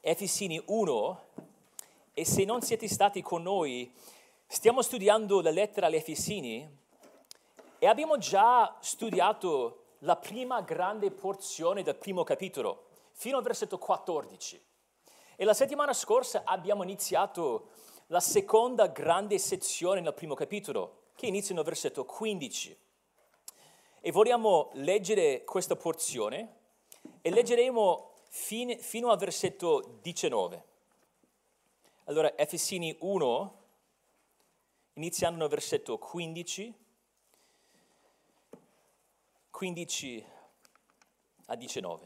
Efesini 1, e se non siete stati con noi, stiamo studiando la lettera agli Efesini e abbiamo già studiato la prima grande porzione del primo capitolo, fino al versetto 14. E la settimana scorsa abbiamo iniziato la seconda grande sezione nel primo capitolo, che inizia nel versetto 15. E vogliamo leggere questa porzione e leggeremo fino al versetto 19. Allora, Efesini 1, iniziando nel versetto 15 a 19.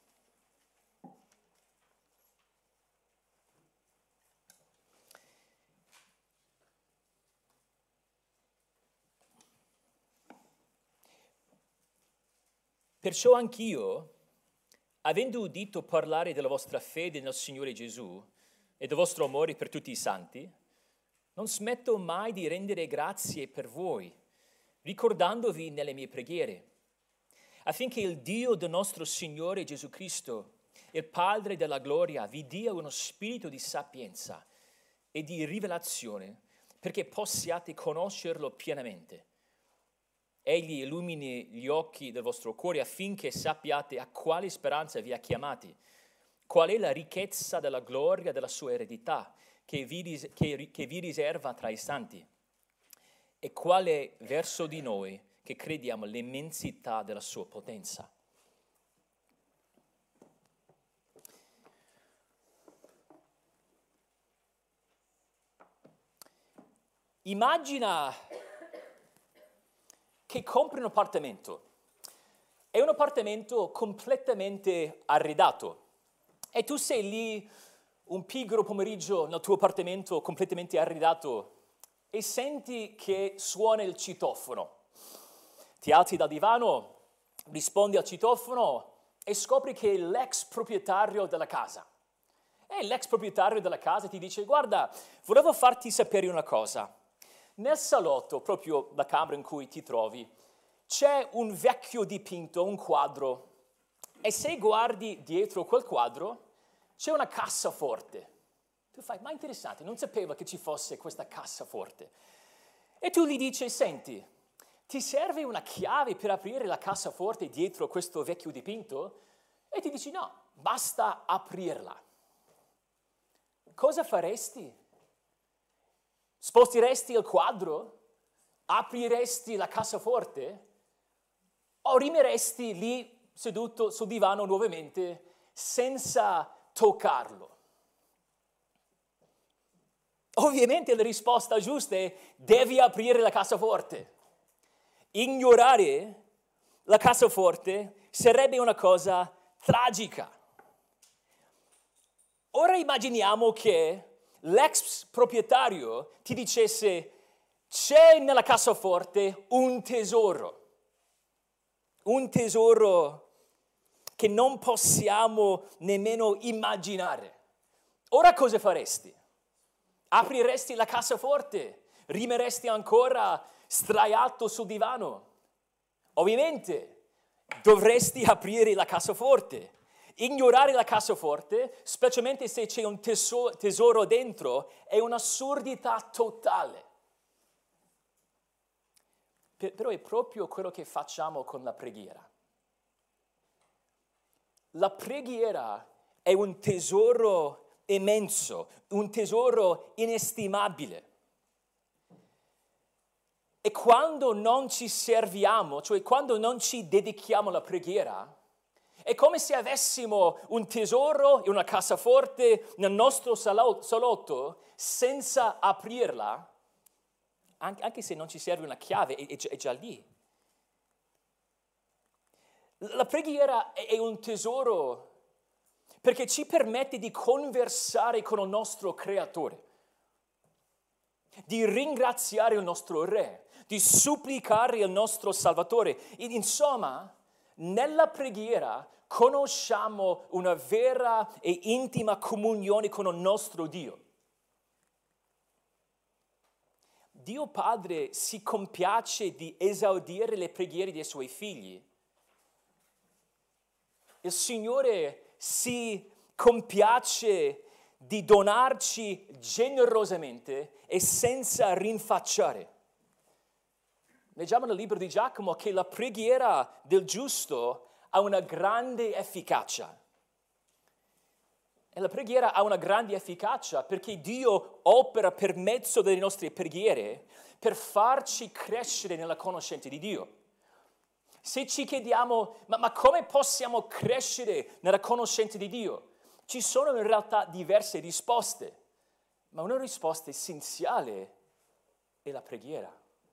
Perciò anch'io, avendo udito parlare della vostra fede nel Signore Gesù e del vostro amore per tutti i santi, non smetto mai di rendere grazie per voi, ricordandovi nelle mie preghiere, affinché il Dio del nostro Signore Gesù Cristo, il Padre della gloria, vi dia uno spirito di sapienza e di rivelazione, perché possiate conoscerlo pienamente. Egli illumini gli occhi del vostro cuore affinché sappiate a quale speranza vi ha chiamati, qual è la ricchezza della gloria della sua eredità che vi riserva tra i santi, e quale verso di noi che crediamo l'immensità della sua potenza. Immagina che compri un appartamento. È un appartamento completamente arredato e tu sei lì un pigro pomeriggio nel tuo appartamento completamente arredato e senti che suona il citofono. Ti alzi dal divano, rispondi al citofono e scopri che è l'ex proprietario della casa. E l'ex proprietario della casa ti dice: guarda, volevo farti sapere una cosa. Nel salotto, proprio la camera in cui ti trovi, c'è un vecchio dipinto, un quadro, e se guardi dietro quel quadro c'è una cassaforte. Tu fai: ma interessante, non sapevo che ci fosse questa cassaforte. E tu gli dici: senti, ti serve una chiave per aprire la cassaforte dietro questo vecchio dipinto? E ti dici: no, basta aprirla. Cosa faresti? Sposteresti il quadro? Apriresti la cassaforte? O rimarresti lì seduto sul divano nuovamente senza toccarlo? Ovviamente la risposta giusta è: devi aprire la cassaforte. Ignorare la cassaforte sarebbe una cosa tragica. Ora immaginiamo che l'ex proprietario ti dicesse: c'è nella cassaforte un tesoro che non possiamo nemmeno immaginare. Ora cosa faresti? Apriresti la cassaforte? Rimarresti ancora sdraiato sul divano? Ovviamente dovresti aprire la cassaforte. Ignorare la cassaforte, specialmente se c'è un tesoro dentro, è un'assurdità totale. Però è proprio quello che facciamo con la preghiera. La preghiera è un tesoro immenso, un tesoro inestimabile. E quando non ci serviamo, cioè quando non ci dedichiamo alla preghiera, è come se avessimo un tesoro e una cassaforte nel nostro salotto senza aprirla, anche se non ci serve una chiave, è già lì. La preghiera è un tesoro perché ci permette di conversare con il nostro Creatore, di ringraziare il nostro Re, di supplicare il nostro Salvatore. Insomma, nella preghiera conosciamo una vera e intima comunione con il nostro Dio. Dio Padre si compiace di esaudire le preghiere dei Suoi figli. Il Signore si compiace di donarci generosamente e senza rinfacciare. Leggiamo nel libro di Giacomo che la preghiera del giusto ha una grande efficacia. E la preghiera ha una grande efficacia perché Dio opera per mezzo delle nostre preghiere per farci crescere nella conoscenza di Dio. Se ci chiediamo, ma come possiamo crescere nella conoscenza di Dio? Ci sono in realtà diverse risposte, ma una risposta essenziale è la preghiera.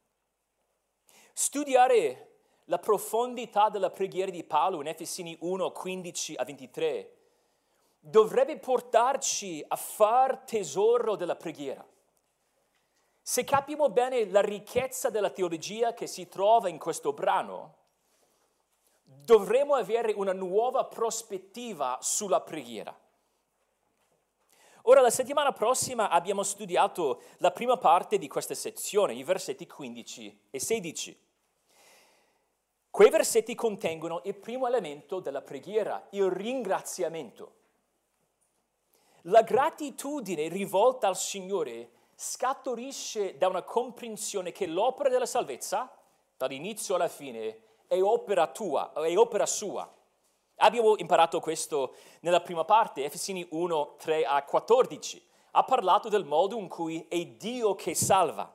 Studiare la profondità della preghiera di Paolo in Efesini 1, 15 a 23 dovrebbe portarci a far tesoro della preghiera. Se capiamo bene la ricchezza della teologia che si trova in questo brano, dovremo avere una nuova prospettiva sulla preghiera. Ora, la settimana prossima abbiamo studiato la prima parte di questa sezione, i versetti 15 e 16. Quei versetti contengono il primo elemento della preghiera, il ringraziamento. La gratitudine rivolta al Signore scaturisce da una comprensione che l'opera della salvezza, dall'inizio alla fine, è opera tua, è opera sua. Abbiamo imparato questo nella prima parte, Efesini 1, 3 a 14. Ha parlato del modo in cui è Dio che salva.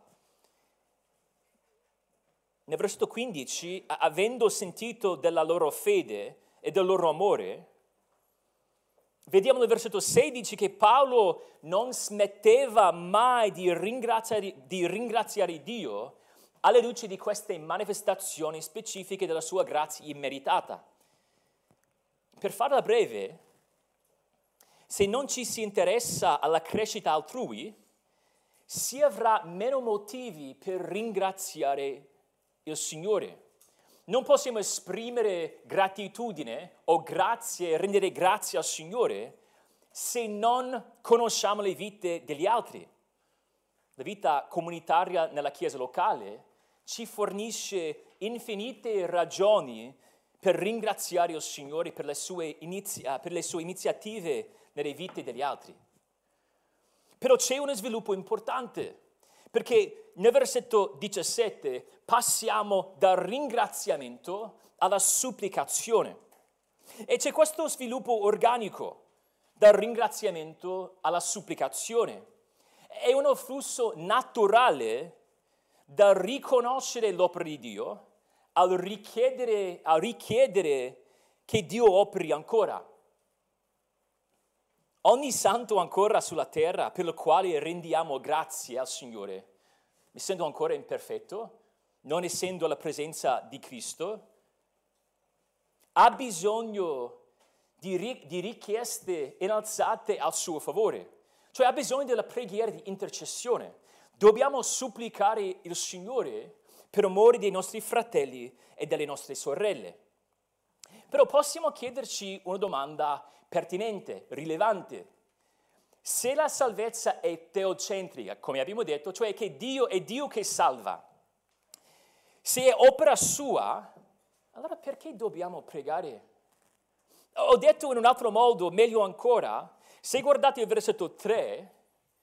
Nel versetto 15, avendo sentito della loro fede e del loro amore, vediamo nel versetto 16 che Paolo non smetteva mai di ringraziare Dio alla luce di queste manifestazioni specifiche della sua grazia immeritata. Per farla breve, se non ci si interessa alla crescita altrui, si avrà meno motivi per ringraziare il Signore. Non possiamo esprimere gratitudine o grazie, rendere grazie al Signore se non conosciamo le vite degli altri. La vita comunitaria nella chiesa locale ci fornisce infinite ragioni per ringraziare il Signore per le sue iniziative nelle vite degli altri. Però c'è uno sviluppo importante, perché nel versetto 17 passiamo dal ringraziamento alla supplicazione. E c'è questo sviluppo organico, dal ringraziamento alla supplicazione. È uno flusso naturale dal riconoscere l'opera di Dio al richiedere che Dio operi ancora. Ogni santo ancora sulla terra per il quale rendiamo grazie al Signore, essendo ancora imperfetto, non essendo la presenza di Cristo, ha bisogno di richieste innalzate al suo favore, cioè ha bisogno della preghiera di intercessione. Dobbiamo supplicare il Signore per amore dei nostri fratelli e delle nostre sorelle. Però possiamo chiederci una domanda pertinente, rilevante. Se la salvezza è teocentrica, come abbiamo detto, cioè che Dio è Dio che salva, se è opera sua, allora perché dobbiamo pregare? Ho detto in un altro modo, meglio ancora, se guardate il versetto 3,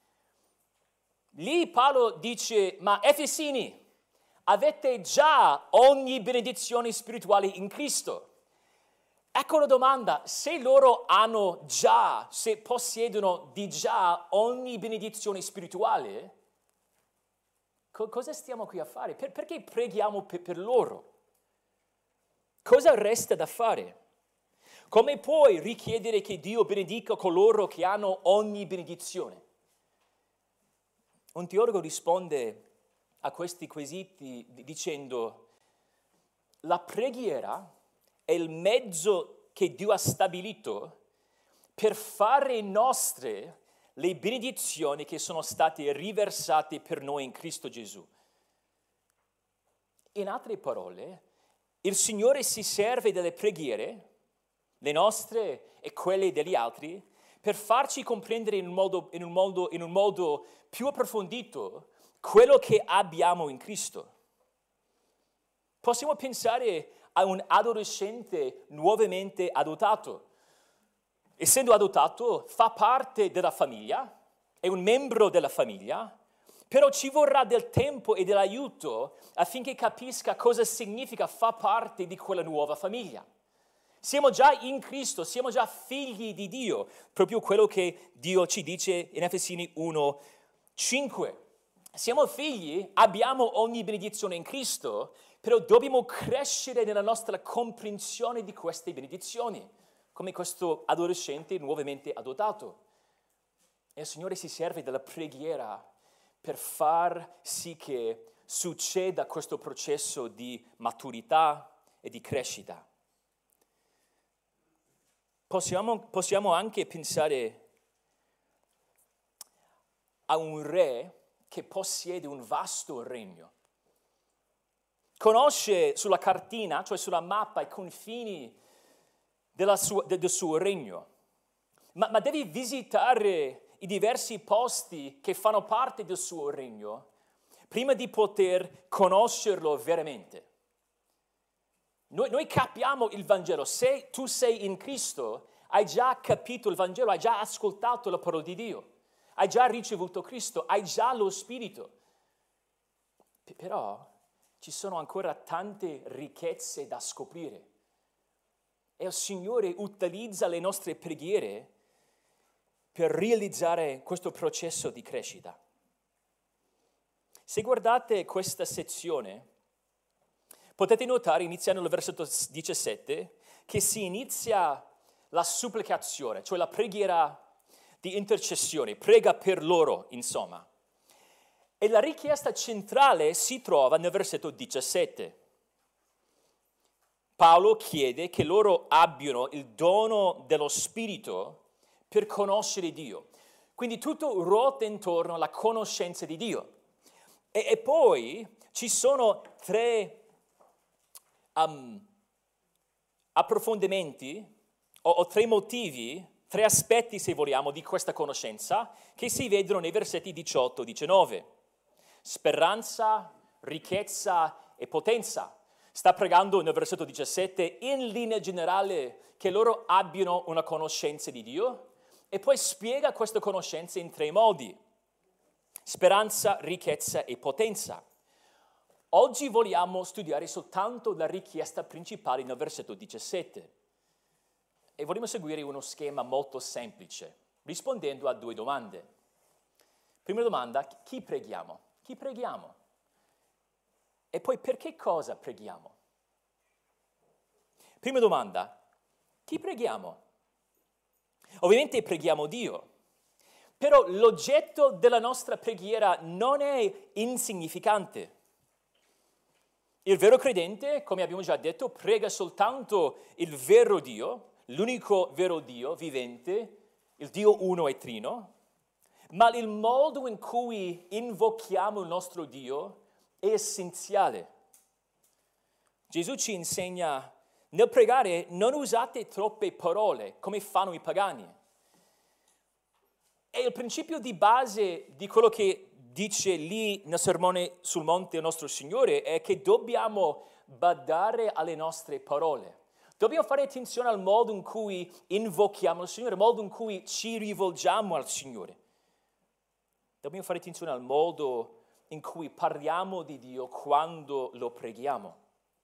lì Paolo dice, ma Efesini, avete già ogni benedizione spirituale in Cristo. Ecco la domanda, se loro hanno già, se possiedono di già ogni benedizione spirituale, cosa stiamo qui a fare? Perché preghiamo per loro? Cosa resta da fare? Come puoi richiedere che Dio benedica coloro che hanno ogni benedizione? Un teologo risponde a questi quesiti dicendo: la preghiera è il mezzo che Dio ha stabilito per fare nostre le benedizioni che sono state riversate per noi in Cristo Gesù. In altre parole, il Signore si serve delle preghiere, le nostre e quelle degli altri, per farci comprendere in un modo più approfondito quello che abbiamo in Cristo. Possiamo pensare a un adolescente nuovamente adottato. essendo adottato, fa parte della famiglia, è un membro della famiglia, però ci vorrà del tempo e dell'aiuto affinché capisca cosa significa far parte di quella nuova famiglia. Siamo già in Cristo, siamo già figli di Dio, proprio quello che Dio ci dice in Efesini 1:5. Siamo figli, abbiamo ogni benedizione in Cristo, però dobbiamo crescere nella nostra comprensione di queste benedizioni, come questo adolescente nuovamente adottato. E il Signore si serve della preghiera per far sì che succeda questo processo di maturità e di crescita. Possiamo anche pensare a un re che possiede un vasto regno. Conosce sulla cartina, cioè sulla mappa, i confini del suo regno, ma deve visitare i diversi posti che fanno parte del suo regno prima di poter conoscerlo veramente. Noi capiamo il Vangelo. Se tu sei in Cristo, hai già capito il Vangelo, hai già ascoltato la parola di Dio, hai già ricevuto Cristo, hai già lo Spirito. Però ci sono ancora tante ricchezze da scoprire. E il Signore utilizza le nostre preghiere per realizzare questo processo di crescita. Se guardate questa sezione, potete notare, iniziando nel versetto 17, che si inizia la supplicazione, cioè la preghiera di intercessione, prega per loro, insomma. E la richiesta centrale si trova nel versetto 17. Paolo chiede che loro abbiano il dono dello Spirito per conoscere Dio. Quindi tutto ruota intorno alla conoscenza di Dio. E poi ci sono tre approfondimenti o tre motivi, tre aspetti, se vogliamo, di questa conoscenza che si vedono nei versetti 18 e 19. Speranza, ricchezza e potenza. Sta pregando nel versetto 17 in linea generale che loro abbiano una conoscenza di Dio e poi spiega questa conoscenza in tre modi: speranza, ricchezza e potenza. Oggi vogliamo studiare soltanto la richiesta principale nel versetto 17 e vogliamo seguire uno schema molto semplice, rispondendo a due domande. Prima domanda: chi preghiamo? Chi preghiamo? E poi per che cosa preghiamo? Prima domanda: chi preghiamo? Ovviamente preghiamo Dio, però l'oggetto della nostra preghiera non è insignificante. Il vero credente, come abbiamo già detto, prega soltanto il vero Dio, l'unico vero Dio vivente, il Dio uno e trino, ma il modo in cui invochiamo il nostro Dio è essenziale. Gesù ci insegna: nel pregare non usate troppe parole come fanno i pagani. E il principio di base di quello che dice lì nel sermone sul monte il nostro Signore è che dobbiamo badare alle nostre parole. Dobbiamo fare attenzione al modo in cui invochiamo il Signore, al modo in cui ci rivolgiamo al Signore. Dobbiamo fare attenzione al modo in cui parliamo di Dio quando lo preghiamo.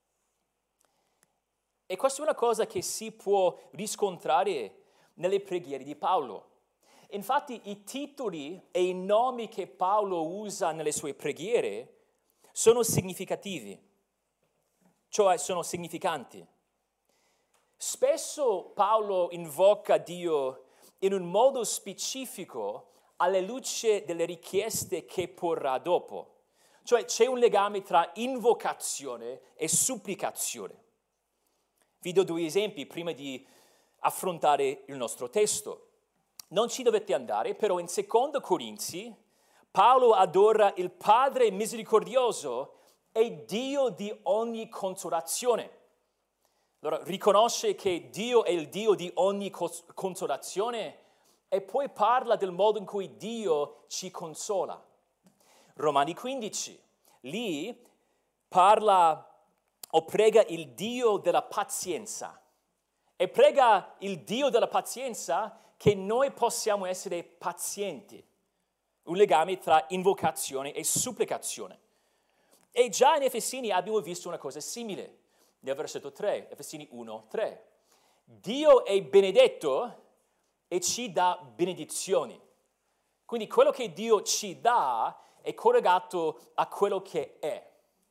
E questa è una cosa che si può riscontrare nelle preghiere di Paolo. Infatti i titoli e i nomi che Paolo usa nelle sue preghiere sono significativi, cioè sono significanti. Spesso Paolo invoca Dio in un modo specifico alla luce delle richieste che porrà dopo. Cioè c'è un legame tra invocazione e supplicazione. Vi do due esempi prima di affrontare il nostro testo. Non ci dovete andare, però in 2 Corinzi Paolo adora il Padre misericordioso e Dio di ogni consolazione. Allora riconosce che Dio è il Dio di ogni consolazione e poi parla del modo in cui Dio ci consola. Romani 15, lì parla o prega il Dio della pazienza E prega il Dio della pazienza che noi possiamo essere pazienti. Un legame tra invocazione e supplicazione. E già in Efesini abbiamo visto una cosa simile, nel versetto 3, Efesini 1, 3. Dio è benedetto e ci dà benedizioni. Quindi quello che Dio ci dà è collegato a quello che è.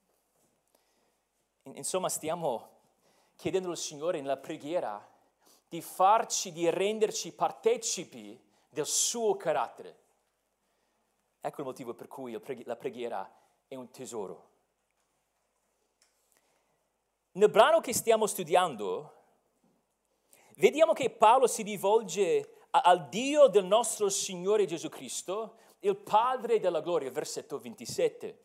Insomma, stiamo chiedendo al Signore nella preghiera di renderci partecipi del suo carattere. Ecco il motivo per cui la preghiera è un tesoro. Nel brano che stiamo studiando, vediamo che Paolo si rivolge al Dio del nostro Signore Gesù Cristo, il Padre della gloria, versetto 27.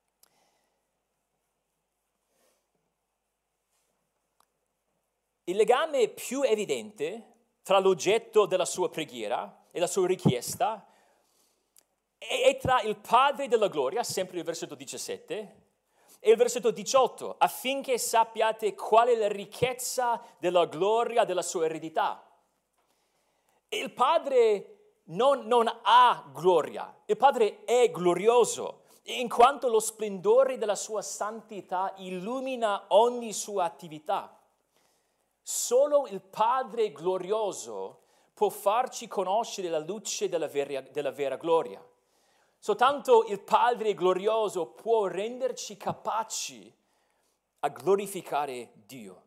Il legame più evidente tra l'oggetto della sua preghiera e la sua richiesta è tra il Padre della gloria, sempre il versetto 17, e il versetto 18, affinché sappiate qual è la ricchezza della gloria della sua eredità. Il Padre non ha gloria, il Padre è glorioso, in quanto lo splendore della sua santità illumina ogni sua attività. Solo il Padre glorioso può farci conoscere la luce della vera gloria. Soltanto il Padre glorioso può renderci capaci a glorificare Dio.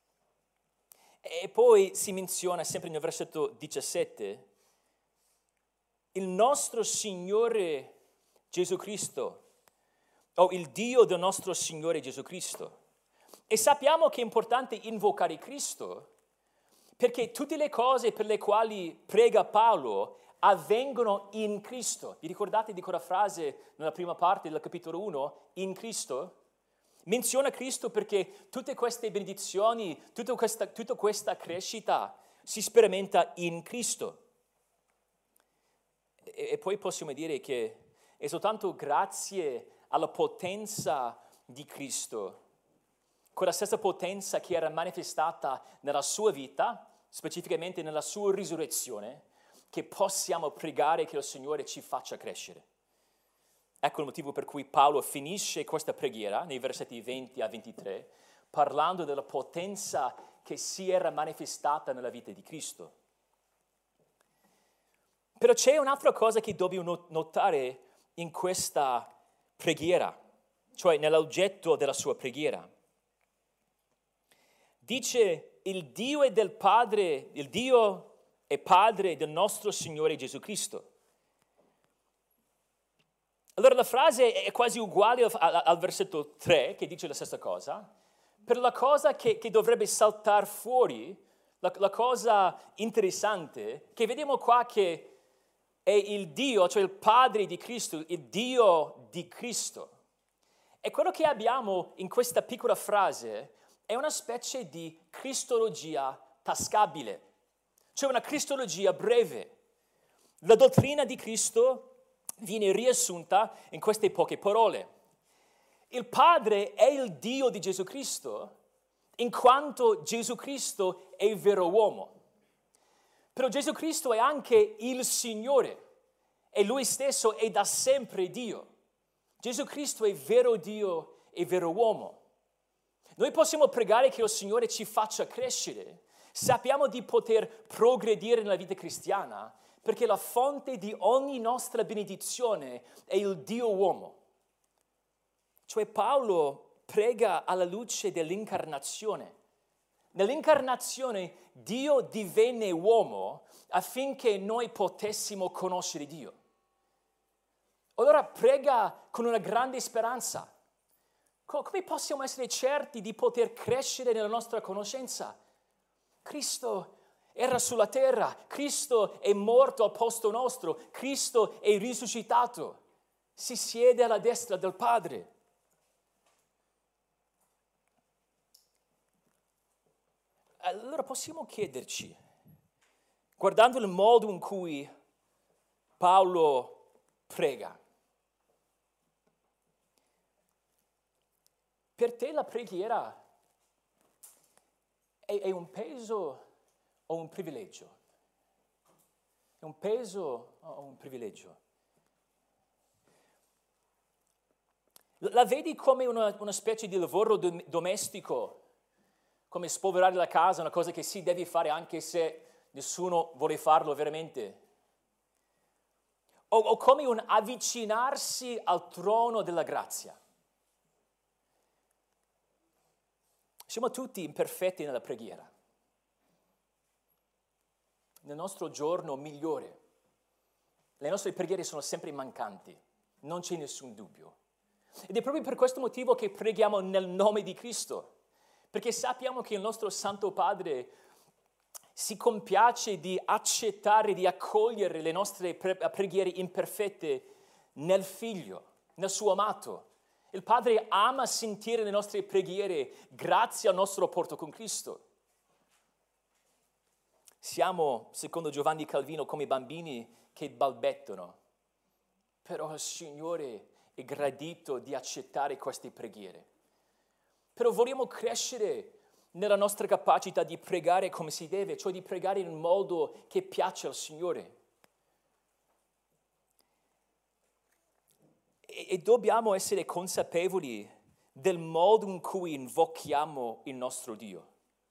E poi si menziona sempre nel versetto 17 il nostro Signore Gesù Cristo, o il Dio del nostro Signore Gesù Cristo. E sappiamo che è importante invocare Cristo perché tutte le cose per le quali prega Paolo avvengono in Cristo. Vi ricordate di quella frase nella prima parte del capitolo 1? In Cristo? Menziona Cristo perché tutte queste benedizioni, tutta questa crescita si sperimenta in Cristo. E poi possiamo dire che è soltanto grazie alla potenza di Cristo, quella stessa potenza che era manifestata nella sua vita, specificamente nella sua risurrezione, che possiamo pregare che il Signore ci faccia crescere. Ecco il motivo per cui Paolo finisce questa preghiera nei versetti 20 a 23, parlando della potenza che si era manifestata nella vita di Cristo. Però c'è un'altra cosa che dobbiamo notare in questa preghiera, cioè nell'oggetto della sua preghiera. Dice il Dio e Padre del nostro Signore Gesù Cristo. Allora la frase è quasi uguale al versetto 3 che dice la stessa cosa, per la cosa che dovrebbe saltare fuori, la cosa interessante, che vediamo qua che è il Dio, cioè il Padre di Cristo, il Dio di Cristo. E quello che abbiamo in questa piccola frase è una specie di cristologia tascabile, cioè una cristologia breve. La dottrina di Cristo viene riassunta in queste poche parole. Il Padre è il Dio di Gesù Cristo, in quanto Gesù Cristo è il vero uomo. Però Gesù Cristo è anche il Signore e Lui stesso è da sempre Dio. Gesù Cristo è vero Dio e vero uomo. Noi possiamo pregare che il Signore ci faccia crescere. Sappiamo di poter progredire nella vita cristiana perché la fonte di ogni nostra benedizione è il Dio uomo. Cioè Paolo prega alla luce dell'incarnazione. Nell'incarnazione Dio divenne uomo affinché noi potessimo conoscere Dio. Allora prega con una grande speranza. Come possiamo essere certi di poter crescere nella nostra conoscenza? Cristo era sulla terra, Cristo è morto al posto nostro, Cristo è risuscitato, si siede alla destra del Padre. Allora possiamo chiederci, guardando il modo in cui Paolo prega, per te la preghiera È un peso o un privilegio? È un peso o un privilegio? La vedi come una specie di lavoro domestico, come spolverare la casa, una cosa che si deve fare anche se nessuno vuole farlo veramente? O come un avvicinarsi al trono della grazia? Siamo tutti imperfetti nella preghiera. Nel nostro giorno migliore, le nostre preghiere sono sempre mancanti, non c'è nessun dubbio. Ed è proprio per questo motivo che preghiamo nel nome di Cristo, perché sappiamo che il nostro Santo Padre si compiace di accettare, di accogliere le nostre preghiere imperfette nel Figlio, nel suo amato. Il Padre ama sentire le nostre preghiere grazie al nostro rapporto con Cristo. Siamo, secondo Giovanni Calvino, come bambini che balbettano, però il Signore è gradito di accettare queste preghiere. Però vogliamo crescere nella nostra capacità di pregare come si deve, cioè di pregare in un modo che piace al Signore. E dobbiamo essere consapevoli del modo in cui invochiamo il nostro Dio.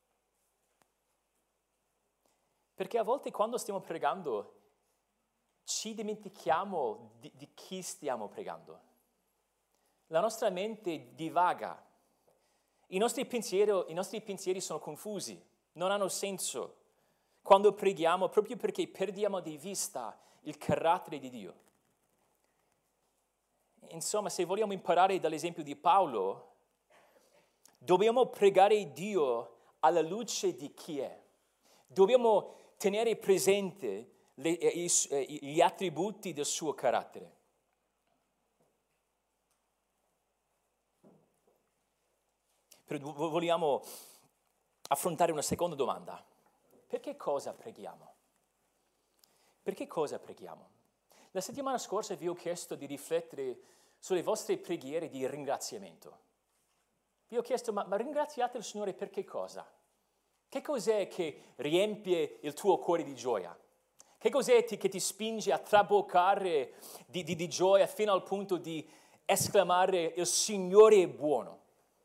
Perché a volte quando stiamo pregando ci dimentichiamo di chi stiamo pregando. La nostra mente divaga, i nostri pensieri sono confusi, non hanno senso quando preghiamo proprio perché perdiamo di vista il carattere di Dio. Insomma, se vogliamo imparare dall'esempio di Paolo, dobbiamo pregare Dio alla luce di chi è. Dobbiamo tenere presente gli attributi del suo carattere. Però vogliamo affrontare una seconda domanda. Perché cosa preghiamo? Perché cosa preghiamo? La settimana scorsa vi ho chiesto di riflettere sulle vostre preghiere di ringraziamento. Vi ho chiesto, ma ringraziate il Signore per che cosa? Che cos'è che riempie il tuo cuore di gioia? Che cos'è che ti spinge a traboccare di gioia fino al punto di esclamare il Signore è buono?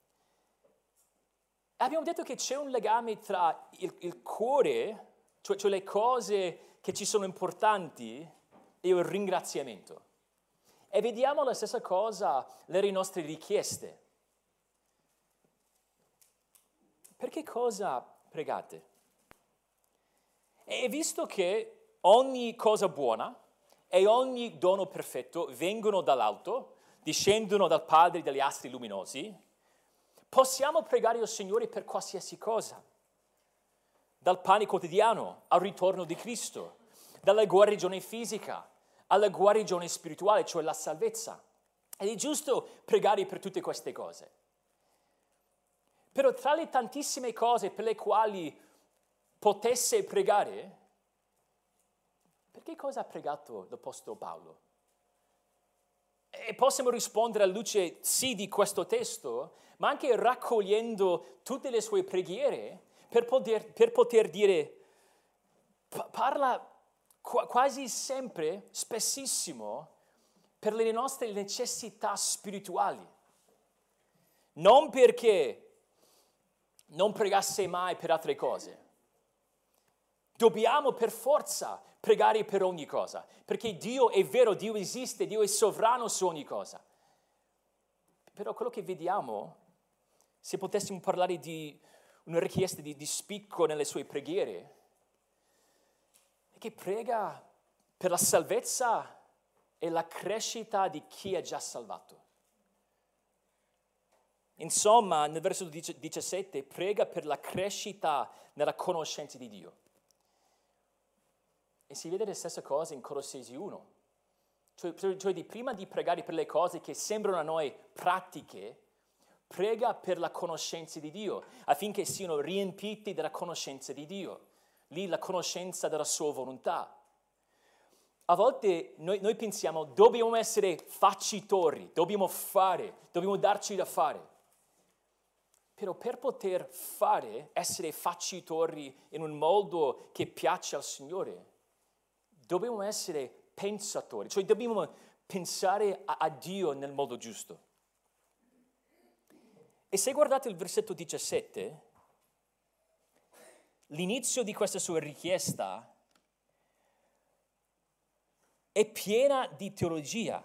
Abbiamo detto che c'è un legame tra il cuore, cioè le cose che ci sono importanti, e il ringraziamento. E vediamo la stessa cosa nelle nostre richieste. Per che cosa pregate? E visto che ogni cosa buona e ogni dono perfetto vengono dall'alto, discendono dal Padre degli astri luminosi, possiamo pregare il Signore per qualsiasi cosa. Dal pane quotidiano al ritorno di Cristo, dalla guarigione fisica alla guarigione spirituale, cioè la salvezza. Ed è giusto pregare per tutte queste cose. Però tra le tantissime cose per le quali potesse pregare, per che cosa ha pregato l'Apostolo Paolo? E possiamo rispondere alla luce sì di questo testo, ma anche raccogliendo tutte le sue preghiere per poter dire, parla quasi sempre, spessissimo, per le nostre necessità spirituali. Non perché non pregasse mai per altre cose. Dobbiamo per forza pregare per ogni cosa, perché Dio è vero, Dio esiste, Dio è sovrano su ogni cosa. Però quello che vediamo, se potessimo parlare di una richiesta di spicco nelle sue preghiere, è che prega per la salvezza e la crescita di chi è già salvato. Insomma, nel verso 17, prega per la crescita nella conoscenza di Dio. E si vede la stessa cosa in Colossesi 1. Cioè prima di pregare per le cose che sembrano a noi pratiche, prega per la conoscenza di Dio, affinché siano riempiti della conoscenza di Dio. Lì la conoscenza della sua volontà. A volte noi pensiamo, dobbiamo essere facitori, dobbiamo fare, dobbiamo darci da fare. Però per poter essere facitori in un modo che piace al Signore, dobbiamo essere pensatori, cioè dobbiamo pensare a Dio nel modo giusto. E se guardate il versetto 17, l'inizio di questa sua richiesta è piena di teologia,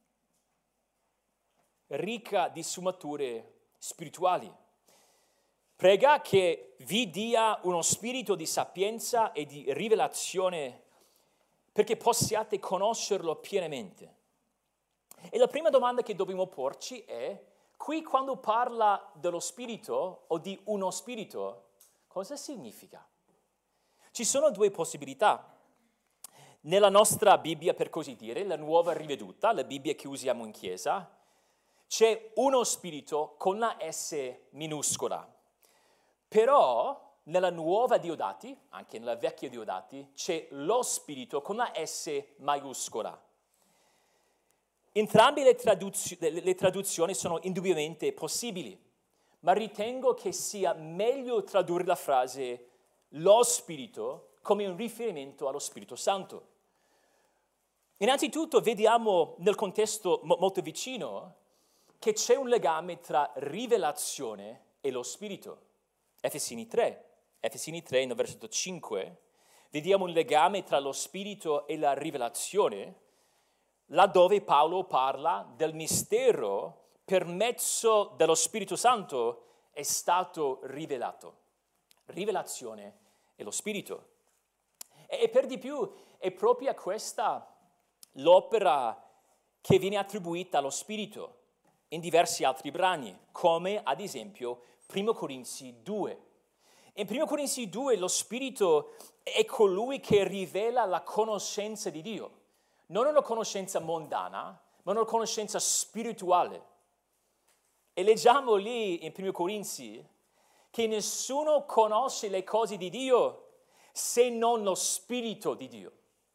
ricca di sfumature spirituali. Prega che vi dia uno spirito di sapienza e di rivelazione perché possiate conoscerlo pienamente. E la prima domanda che dobbiamo porci è, qui quando parla dello spirito o di uno spirito, cosa significa? Ci sono due possibilità. Nella nostra Bibbia, per così dire, la nuova riveduta, la Bibbia che usiamo in chiesa, c'è uno spirito con la S minuscola. Però nella nuova Diodati, anche nella vecchia Diodati, c'è lo spirito con la S maiuscola. Entrambe le traduzioni sono indubbiamente possibili, ma ritengo che sia meglio tradurre la frase lo spirito come un riferimento allo Spirito Santo. Innanzitutto vediamo nel contesto molto vicino che c'è un legame tra rivelazione e lo spirito. Efesini 3 nel versetto 5, vediamo un legame tra lo spirito e la rivelazione, laddove Paolo parla del mistero per mezzo dello Spirito Santo è stato rivelato. Rivelazione e lo spirito. E per di più è proprio questa l'opera che viene attribuita allo spirito in diversi altri brani, come ad esempio 1 Corinzi 2. In 1 Corinzi 2 lo Spirito è colui che rivela la conoscenza di Dio. Non una conoscenza mondana, ma una conoscenza spirituale. E leggiamo lì in 1 Corinzi che nessuno conosce le cose di Dio se non lo Spirito di Dio.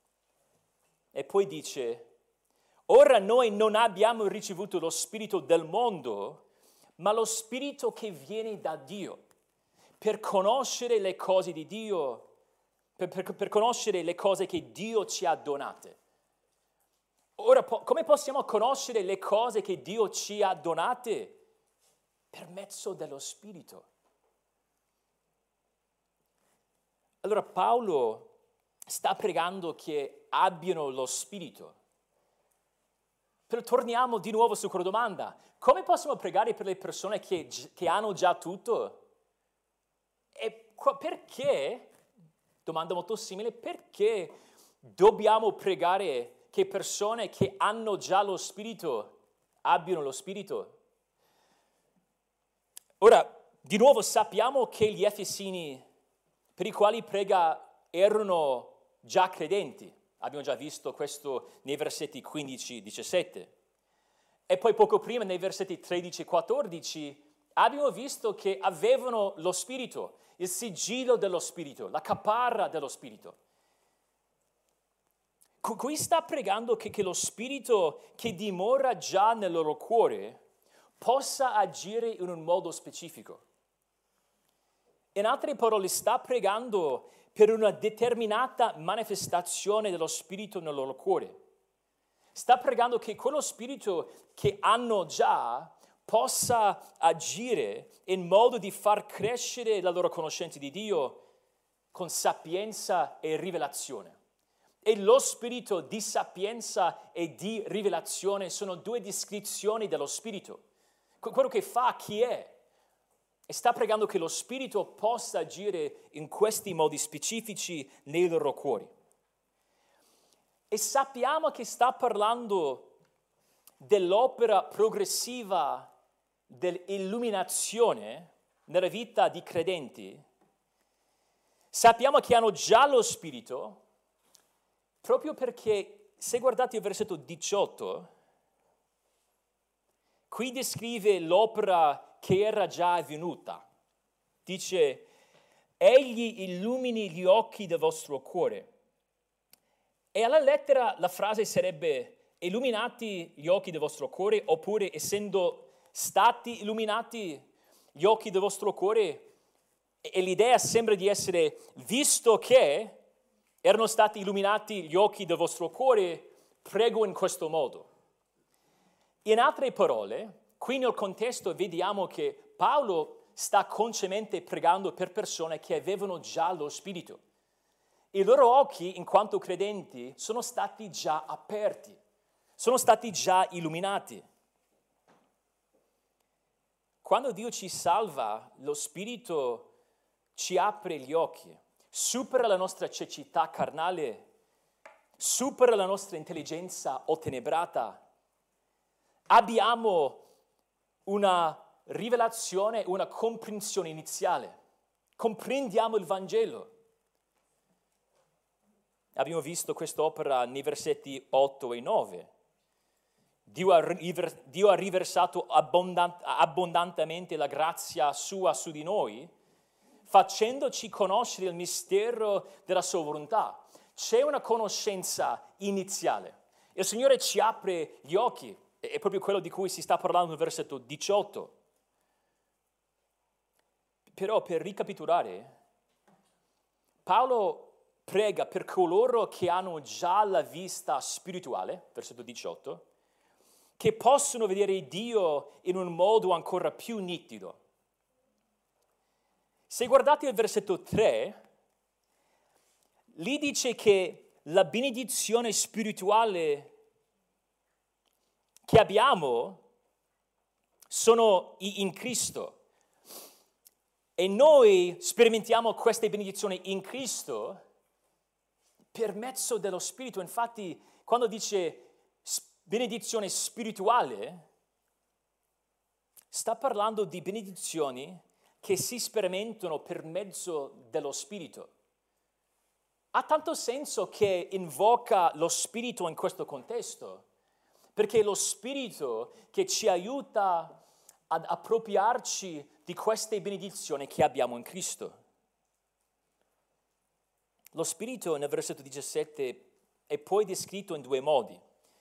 E poi dice, ora noi non abbiamo ricevuto lo Spirito del mondo, ma lo Spirito che viene da Dio, per conoscere le cose di Dio, per conoscere le cose che Dio ci ha donate. Ora, come possiamo conoscere le cose che Dio ci ha donate? Per mezzo dello Spirito. Allora Paolo sta pregando che abbiano lo Spirito. Però torniamo di nuovo su quella domanda. Come possiamo pregare per le persone che hanno già tutto? E perché, domanda molto simile, perché dobbiamo pregare che persone che hanno già lo Spirito abbiano lo Spirito? Ora, di nuovo sappiamo che gli Efesini per i quali prega erano già credenti. Abbiamo già visto questo nei versetti 15-17. E poi poco prima, nei versetti 13-14, abbiamo visto che avevano lo Spirito, il sigillo dello Spirito, la caparra dello Spirito. Qui sta pregando che lo Spirito che dimora già nel loro cuore possa agire in un modo specifico. In altre parole, sta pregando per una determinata manifestazione dello Spirito nel loro cuore. Sta pregando che quello Spirito che hanno già possa agire in modo di far crescere la loro conoscenza di Dio con sapienza e rivelazione. E lo Spirito di sapienza e di rivelazione sono due descrizioni dello Spirito. Quello che fa chi è. E sta pregando che lo Spirito possa agire in questi modi specifici nei loro cuori. E sappiamo che sta parlando dell'opera progressiva dell'illuminazione nella vita di credenti. Sappiamo che hanno già lo Spirito, proprio perché, se guardate il versetto 18, qui descrive l'opera che era già avvenuta. Dice, egli illumini gli occhi del vostro cuore. E alla lettera la frase sarebbe, illuminati gli occhi del vostro cuore, oppure essendo stati illuminati, gli occhi del vostro cuore, e l'idea sembra di essere, visto che erano stati illuminati gli occhi del vostro cuore, prego in questo modo. In altre parole, qui nel contesto vediamo che Paolo sta consciamente pregando per persone che avevano già lo Spirito. I loro occhi, in quanto credenti, sono stati già aperti, sono stati già illuminati. Quando Dio ci salva, lo Spirito ci apre gli occhi, supera la nostra cecità carnale, supera la nostra intelligenza ottenebrata. Abbiamo una rivelazione, una comprensione iniziale. Comprendiamo il Vangelo. Abbiamo visto quest'opera nei versetti 8 e 9. Dio ha riversato abbondantemente la grazia sua su di noi, facendoci conoscere il mistero della sua volontà. C'è una conoscenza iniziale. Il Signore ci apre gli occhi, è proprio quello di cui si sta parlando nel versetto 18. Però per ricapitolare, Paolo prega per coloro che hanno già la vista spirituale, versetto 18, che possono vedere Dio in un modo ancora più nitido. Se guardate il versetto 3, lì dice che la benedizione spirituale che abbiamo sono in Cristo. E noi sperimentiamo queste benedizioni in Cristo per mezzo dello Spirito. Infatti, quando dice benedizione spirituale, sta parlando di benedizioni che si sperimentano per mezzo dello Spirito. Ha tanto senso che invoca lo Spirito in questo contesto, perché è lo Spirito che ci aiuta ad appropriarci di queste benedizioni che abbiamo in Cristo. Lo Spirito nel versetto 17 è poi descritto in due modi.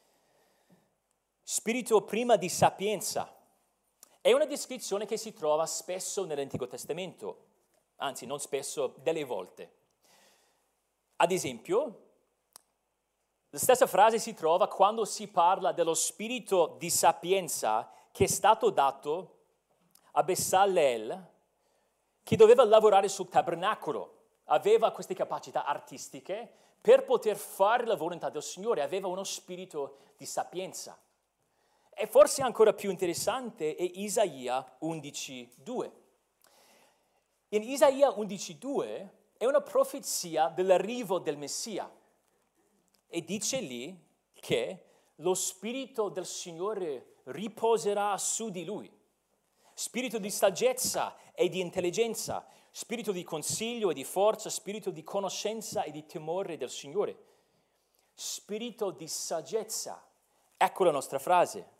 Spirito prima di sapienza. È una descrizione che si trova spesso nell'Antico Testamento, anzi non spesso, delle volte. Ad esempio, la stessa frase si trova quando si parla dello spirito di sapienza che è stato dato a Besaleel, che doveva lavorare sul tabernacolo. Aveva queste capacità artistiche per poter fare la volontà del Signore, aveva uno spirito di sapienza. E forse ancora più interessante è Isaia 11,2. In Isaia 11,2 è una profezia dell'arrivo del Messia e dice lì che lo spirito del Signore riposerà su di lui. Spirito di saggezza e di intelligenza, spirito di consiglio e di forza, spirito di conoscenza e di temore del Signore. Spirito di saggezza. Ecco la nostra frase.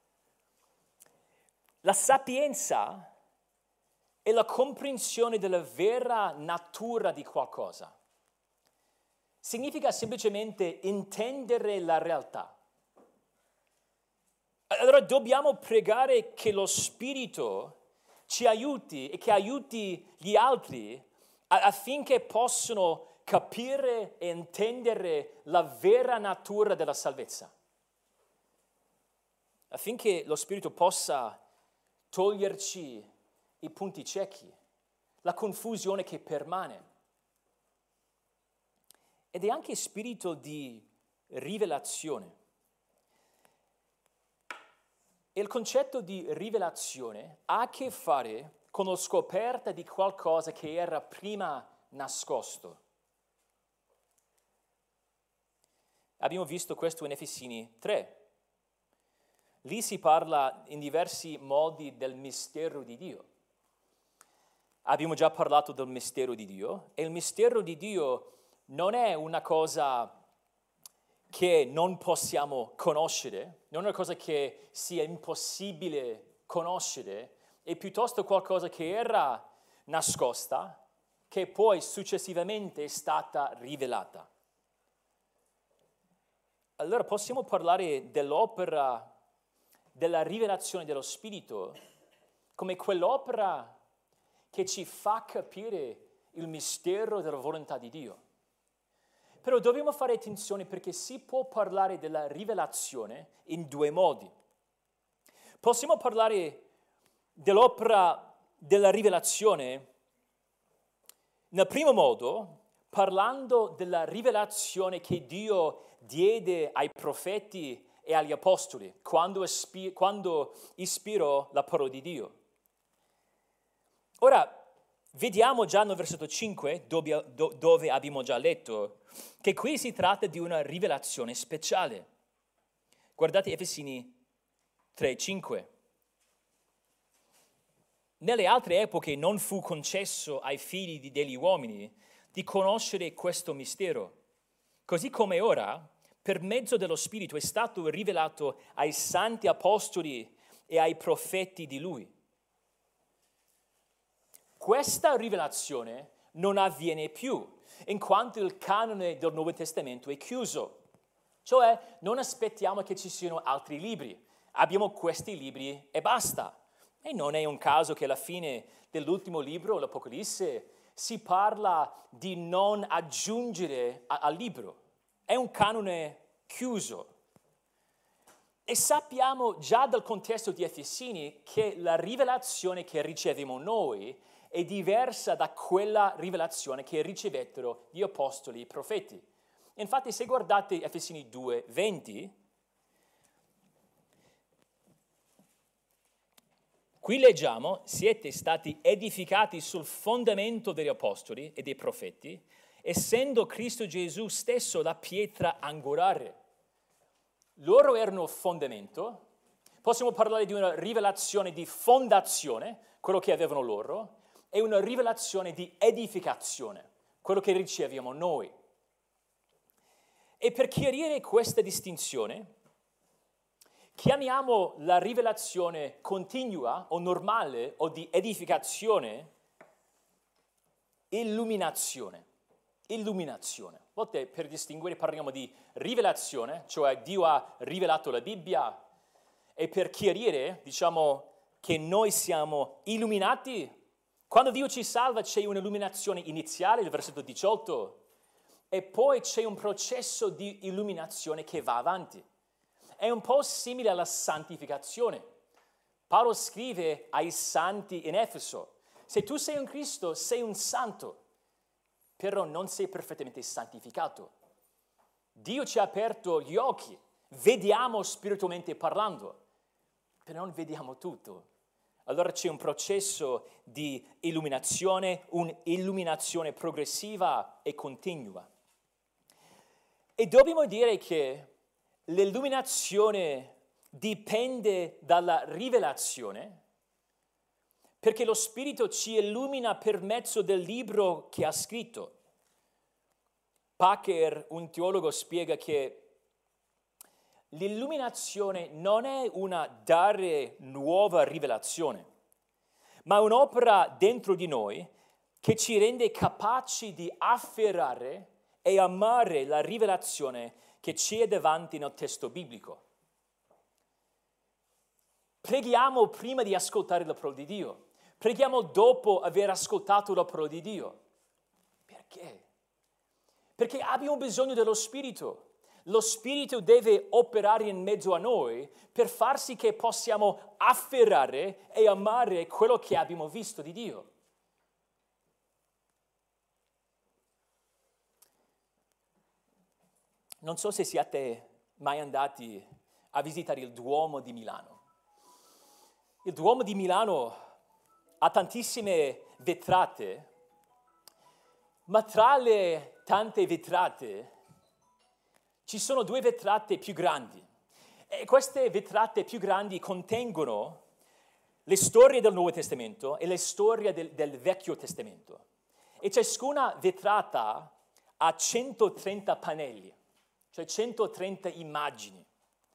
La sapienza è la comprensione della vera natura di qualcosa. Significa semplicemente intendere la realtà. Allora dobbiamo pregare che lo Spirito ci aiuti e che aiuti gli altri affinché possano capire e intendere la vera natura della salvezza. Affinché lo Spirito possa toglierci i punti ciechi, la confusione che permane. Ed è anche spirito di rivelazione. E il concetto di rivelazione ha a che fare con la scoperta di qualcosa che era prima nascosto. Abbiamo visto questo in Efesini 3. Lì si parla in diversi modi del mistero di Dio. Abbiamo già parlato del mistero di Dio e il mistero di Dio non è una cosa che non possiamo conoscere, non è una cosa che sia impossibile conoscere, è piuttosto qualcosa che era nascosta, che poi successivamente è stata rivelata. Allora possiamo parlare dell'opera della rivelazione dello Spirito come quell'opera che ci fa capire il mistero della volontà di Dio. Però dobbiamo fare attenzione perché si può parlare della rivelazione in due modi. Possiamo parlare dell'opera della rivelazione nel primo modo, parlando della rivelazione che Dio diede ai profeti e agli apostoli quando ispirò la parola di Dio. Ora, vediamo già nel versetto 5, dove abbiamo già letto, che qui si tratta di una rivelazione speciale. Guardate Efesini 3:5. Nelle altre epoche non fu concesso ai figli degli uomini di conoscere questo mistero, così come ora, per mezzo dello Spirito, è stato rivelato ai santi apostoli e ai profeti di Lui. Questa rivelazione non avviene più, in quanto il canone del Nuovo Testamento è chiuso. Cioè, non aspettiamo che ci siano altri libri. Abbiamo questi libri e basta. E non è un caso che alla fine dell'ultimo libro, l'Apocalisse, si parla di non aggiungere al libro. È un canone chiuso. E sappiamo già dal contesto di Efesini che la rivelazione che riceviamo noi è diversa da quella rivelazione che ricevettero gli apostoli e i profeti. Infatti, se guardate Efesini 2:20, qui leggiamo: siete stati edificati sul fondamento degli apostoli e dei profeti, essendo Cristo Gesù stesso la pietra angolare. Loro erano fondamento, possiamo parlare di una rivelazione di fondazione, quello che avevano loro, e una rivelazione di edificazione, quello che riceviamo noi. E per chiarire questa distinzione, chiamiamo la rivelazione continua o normale o di edificazione illuminazione. Illuminazione. A volte per distinguere parliamo di rivelazione, cioè Dio ha rivelato la Bibbia, e per chiarire diciamo che noi siamo illuminati. Quando Dio ci salva c'è un'illuminazione iniziale, il versetto 18, e poi c'è un processo di illuminazione che va avanti. È un po' simile alla santificazione. Paolo scrive ai santi in Efeso: se tu sei in Cristo sei un santo, però non sei perfettamente santificato. Dio ci ha aperto gli occhi, vediamo spiritualmente parlando, però non vediamo tutto. Allora c'è un processo di illuminazione, un'illuminazione progressiva e continua. E dobbiamo dire che l'illuminazione dipende dalla rivelazione, perché lo Spirito ci illumina per mezzo del libro che ha scritto. Packer, un teologo, spiega che l'illuminazione non è una dare nuova rivelazione, ma un'opera dentro di noi che ci rende capaci di afferrare e amare la rivelazione che ci è davanti nel testo biblico. Preghiamo prima di ascoltare la parola di Dio. Preghiamo dopo aver ascoltato la parola di Dio. Perché? Perché abbiamo bisogno dello Spirito. Lo Spirito deve operare in mezzo a noi per far sì che possiamo afferrare e amare quello che abbiamo visto di Dio. Non so se siete mai andati a visitare il Duomo di Milano. Il Duomo di Milano ha tantissime vetrate, ma tra le tante vetrate ci sono due vetrate più grandi. E queste vetrate più grandi contengono le storie del Nuovo Testamento e le storie del Vecchio Testamento. E ciascuna vetrata ha 130 pannelli, cioè 130 immagini.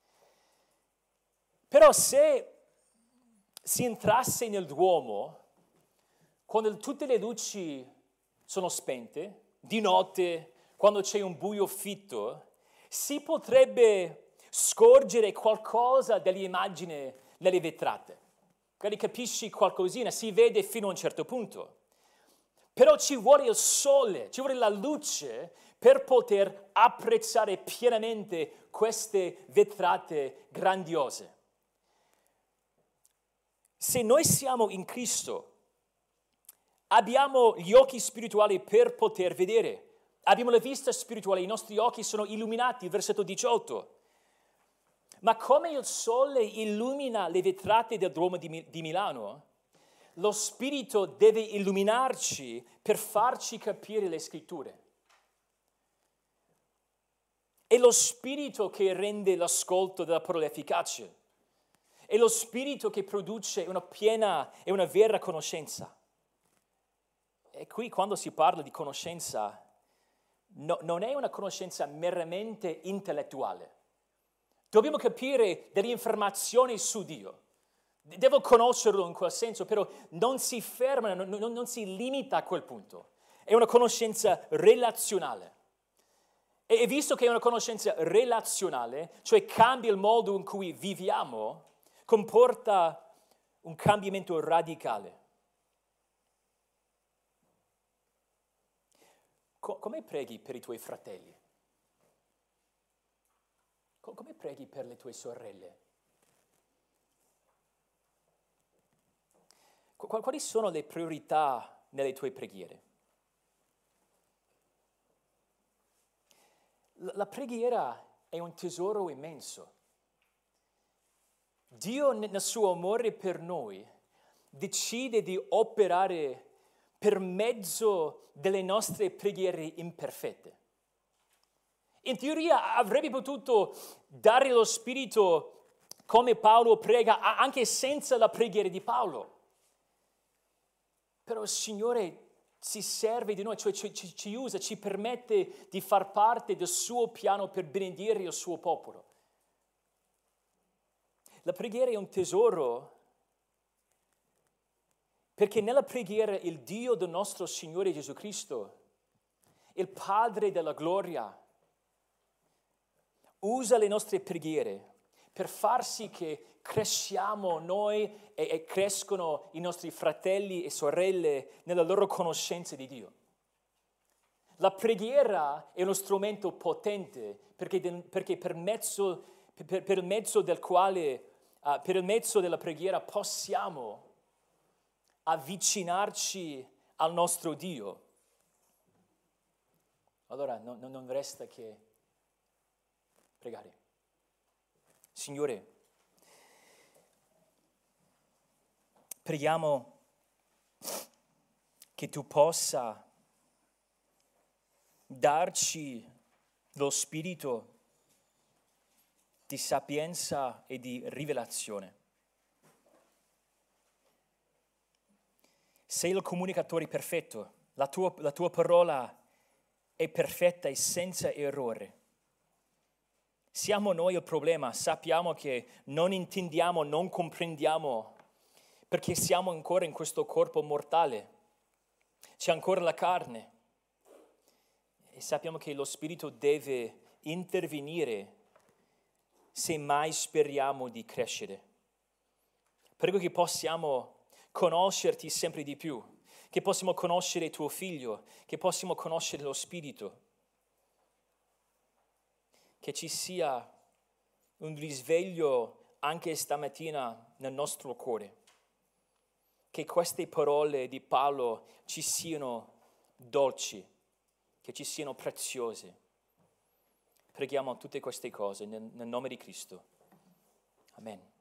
Però se si entrasse nel Duomo, quando tutte le luci sono spente, di notte, quando c'è un buio fitto, si potrebbe scorgere qualcosa delle immagini nelle vetrate. magari capisci qualcosina, si vede fino a un certo punto. Però ci vuole il sole, ci vuole la luce per poter apprezzare pienamente queste vetrate grandiose. Se noi siamo in Cristo, abbiamo gli occhi spirituali per poter vedere. Abbiamo la vista spirituale, i nostri occhi sono illuminati, versetto 18. Ma come il sole illumina le vetrate del Duomo di Milano, lo Spirito deve illuminarci per farci capire le Scritture. È lo Spirito che rende l'ascolto della parola efficace. È lo Spirito che produce una piena e una vera conoscenza. E qui quando si parla di conoscenza, non è una conoscenza meramente intellettuale. Dobbiamo capire delle informazioni su Dio. Devo conoscerlo in quel senso, però non si ferma, non si limita a quel punto. È una conoscenza relazionale. E visto che è una conoscenza relazionale, cioè cambia il modo in cui viviamo, comporta un cambiamento radicale. Come preghi per i tuoi fratelli? Come preghi per le tue sorelle? Quali sono le priorità nelle tue preghiere? La preghiera è un tesoro immenso. Dio nel suo amore per noi decide di operare per mezzo delle nostre preghiere imperfette. In teoria avrebbe potuto dare lo Spirito come Paolo prega anche senza la preghiera di Paolo. Però il Signore si serve di noi, cioè ci usa, ci permette di far parte del suo piano per benedire il suo popolo. La preghiera è un tesoro perché nella preghiera il Dio del nostro Signore Gesù Cristo, il Padre della gloria, usa le nostre preghiere per far sì che cresciamo noi e crescono i nostri fratelli e sorelle nella loro conoscenza di Dio. La preghiera è uno strumento potente perché per il mezzo della preghiera possiamo avvicinarci al nostro Dio. Allora non resta che pregare. Signore, preghiamo che tu possa darci lo spirito di sapienza e di rivelazione. Sei il comunicatore perfetto, la tua parola è perfetta e senza errore. Siamo noi il problema, sappiamo che non intendiamo, non comprendiamo, perché siamo ancora in questo corpo mortale, c'è ancora la carne e sappiamo che lo Spirito deve intervenire se mai speriamo di crescere. Prego che possiamo conoscerti sempre di più, che possiamo conoscere tuo Figlio, che possiamo conoscere lo Spirito, che ci sia un risveglio anche stamattina nel nostro cuore, che queste parole di Paolo ci siano dolci, che ci siano preziose. Preghiamo tutte queste cose nel nome di Cristo. Amen.